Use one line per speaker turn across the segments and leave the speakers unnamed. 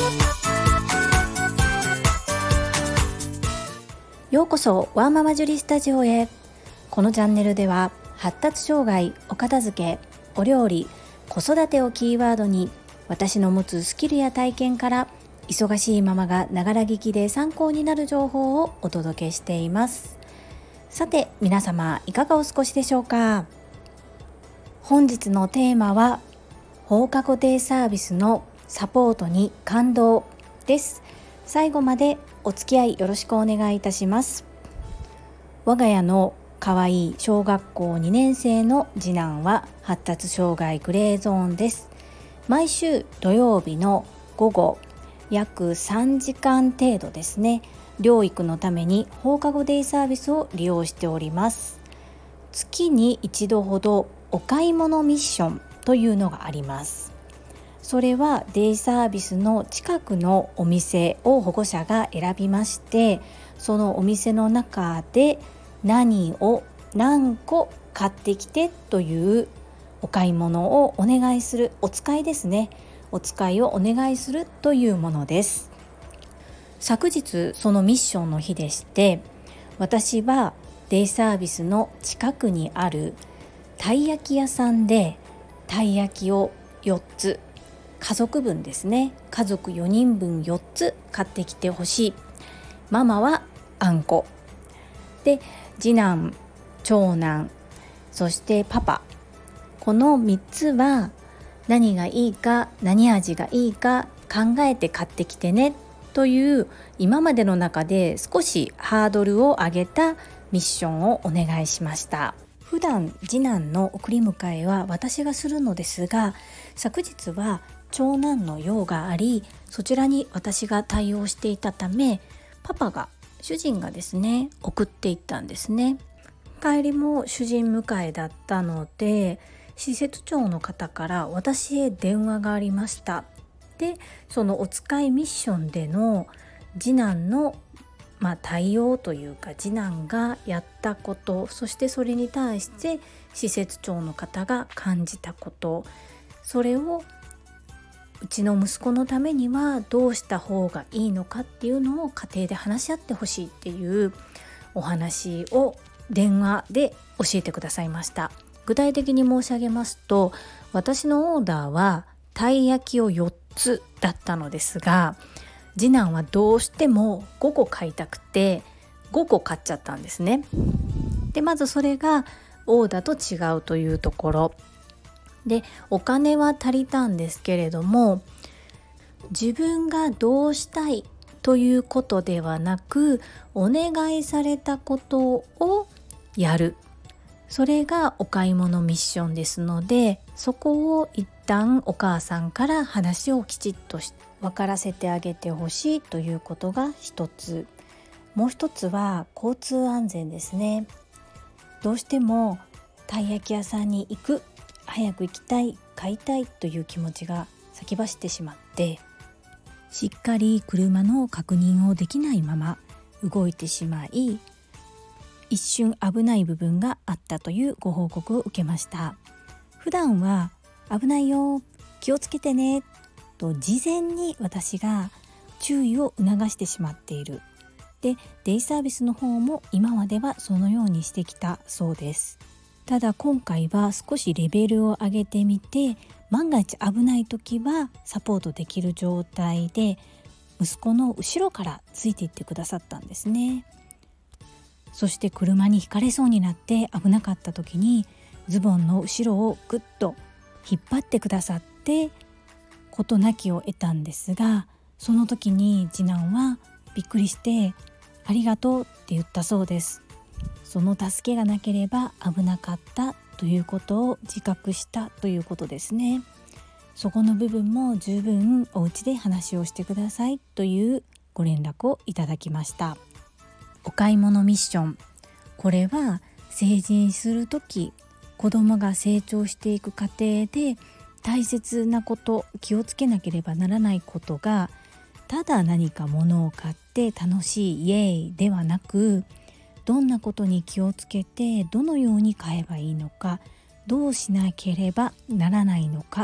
ようこそワーママジュリスタジオへ。このチャンネルでは発達障害、お片付け、お料理、子育てをキーワードに、私の持つスキルや体験から忙しいママがながら聞きで参考になる情報をお届けしています。さて皆様、いかがお過ごしでしょうか。本日のテーマは放課後デイサービスのサポートに感動です。最後までお付き合いよろしくお願いいたします。我が家のかわいい小学校2年生の次男は発達障害グレーゾーンです。毎週土曜日の午後約3時間程度ですね、療育のために放課後デイサービスを利用しております。月に一度ほどお買い物ミッションというのがあります。それはデイサービスの近くのお店を保護者が選びまして、そのお店の中で何を何個買ってきてというお買い物をお願いする、お使いですね、お使いをお願いするというものです。昨日そのミッションの日でして、私はデイサービスの近くにあるたい焼き屋さんでたい焼きを4つ、家族分ですね、家族4人分4つ買ってきてほしい。ママはあんこで、次男、長男、そしてパパ、この3つは何がいいか、何味がいいか考えて買ってきてねという、今までの中で少しハードルを上げたミッションをお願いしました。普段次男の送り迎えは私がするのですが、昨日は長男の用があり、そちらに私が対応していたため、主人がですね送っていったんですね。帰りも主人迎えだったので、施設長の方から私へ電話がありました。で、そのお使いミッションでの次男の対応というか、次男がやったこと、そしてそれに対して施設長の方が感じたこと、それをうちの息子のためにはどうした方がいいのかっていうのを家庭で話し合ってほしいっていうお話を電話で教えてくださいました。具体的に申し上げますと、私のオーダーはたい焼きを4つだったのですが、次男はどうしても5個買いたくて5個買っちゃったんですね。で、まずそれがオーダーと違うというところで、お金は足りたんですけれども、自分がどうしたいということではなく、お願いされたことをやる、それがお買い物ミッションですので、そこを一旦お母さんから話をきちっと分からせてあげてほしいということが一つ。もう一つは交通安全ですね。どうしてもたい焼き屋さんに行く、早く行きたい、買いたいという気持ちが先走ってしまって、しっかり車の確認をできないまま動いてしまい、一瞬危ない部分があったというご報告を受けました。普段は危ないよ、気をつけてねと事前に私が注意を促してしまっている。で、デイサービスの方も今まではそのようにしてきたそうです。ただ今回は少しレベルを上げてみて、万が一危ない時はサポートできる状態で息子の後ろからついていってくださったんですね。そして車にひかれそうになって危なかった時にズボンの後ろをぐっと引っ張ってくださって事なきを得たんですが、その時に次男はびっくりしてありがとうって言ったそうです。その助けがなければ危なかったということを自覚したということですね。そこの部分も十分お家で話をしてくださいというご連絡をいただきました。お買い物ミッション、これは成人するとき、子供が成長していく過程で大切なこと、気をつけなければならないことが、ただ何か物を買って楽しいイエーイではなく、どんなことに気をつけてどのように買えばいいのか、どうしなければならないのか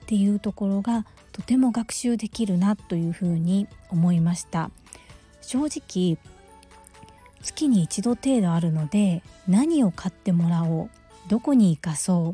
っていうところがとても学習できるなというふうに思いました。正直月に一度程度あるので、何を買ってもらおう、どこに行かそう、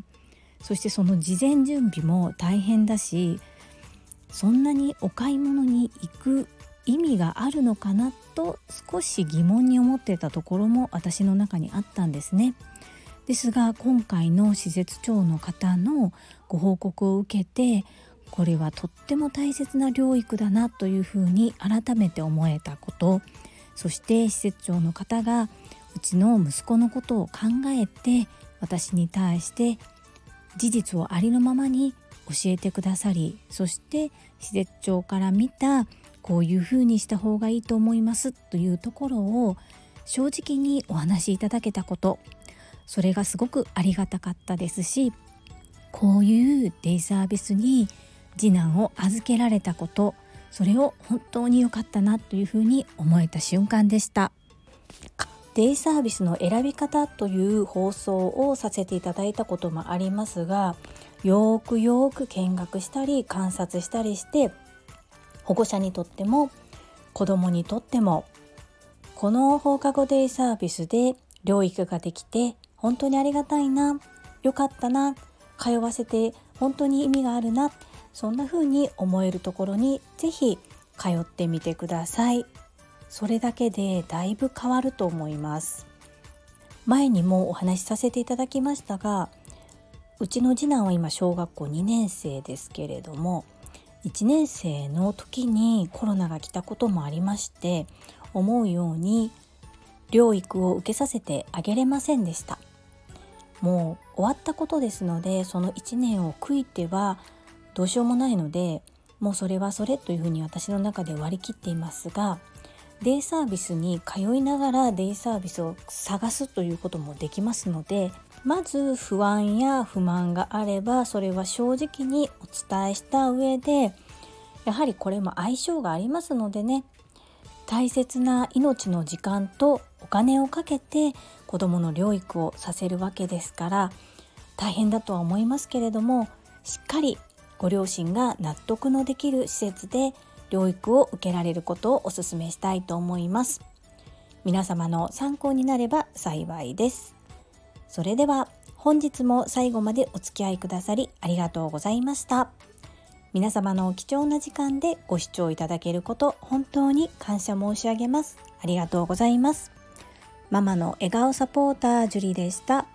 そしてその事前準備も大変だし、そんなにお買い物に行く意味があるのかなと少し疑問に思っていたところも私の中にあったんですね。ですが今回の施設長の方のご報告を受けて、これはとっても大切な療育だなというふうに改めて思えたこと、そして施設長の方がうちの息子のことを考えて私に対して事実をありのままに教えてくださり、そして施設長から見たこういうふうにした方がいいと思いますというところを正直にお話しいただけたこと、それがすごくありがたかったですし、こういうデイサービスに次男を預けられたこと、それを本当に良かったなというふうに思えた瞬間でした。デイサービスの選び方という放送をさせていただいたこともありますが、よく見学したり観察したりして、保護者にとっても子どもにとってもこの放課後デイサービスで療育ができて本当にありがたいな、よかったな、通わせて本当に意味があるな、そんな風に思えるところにぜひ通ってみてください。それだけでだいぶ変わると思います。前にもお話しさせていただきましたが、うちの次男は今小学校2年生ですけれども、1年生の時にコロナが来たこともありまして、思うように療育を受けさせてあげれませんでした。もう終わったことですので、その1年を悔いてはどうしようもないので、もうそれはそれというふうに私の中で割り切っていますが、デイサービスに通いながらデイサービスを探すということもできますので、まず不安や不満があればそれは正直にお伝えした上で、やはりこれも相性がありますのでね、大切な命の時間とお金をかけて子どもの療育をさせるわけですから、大変だとは思いますけれども、しっかりご両親が納得のできる施設で療育を受けられることをお勧めしたいと思います。皆様の参考になれば幸いです。それでは本日も最後までお付き合いくださりありがとうございました。皆様の貴重な時間でご視聴いただけること本当に感謝申し上げます。ありがとうございます。ママの笑顔サポータージュリでした。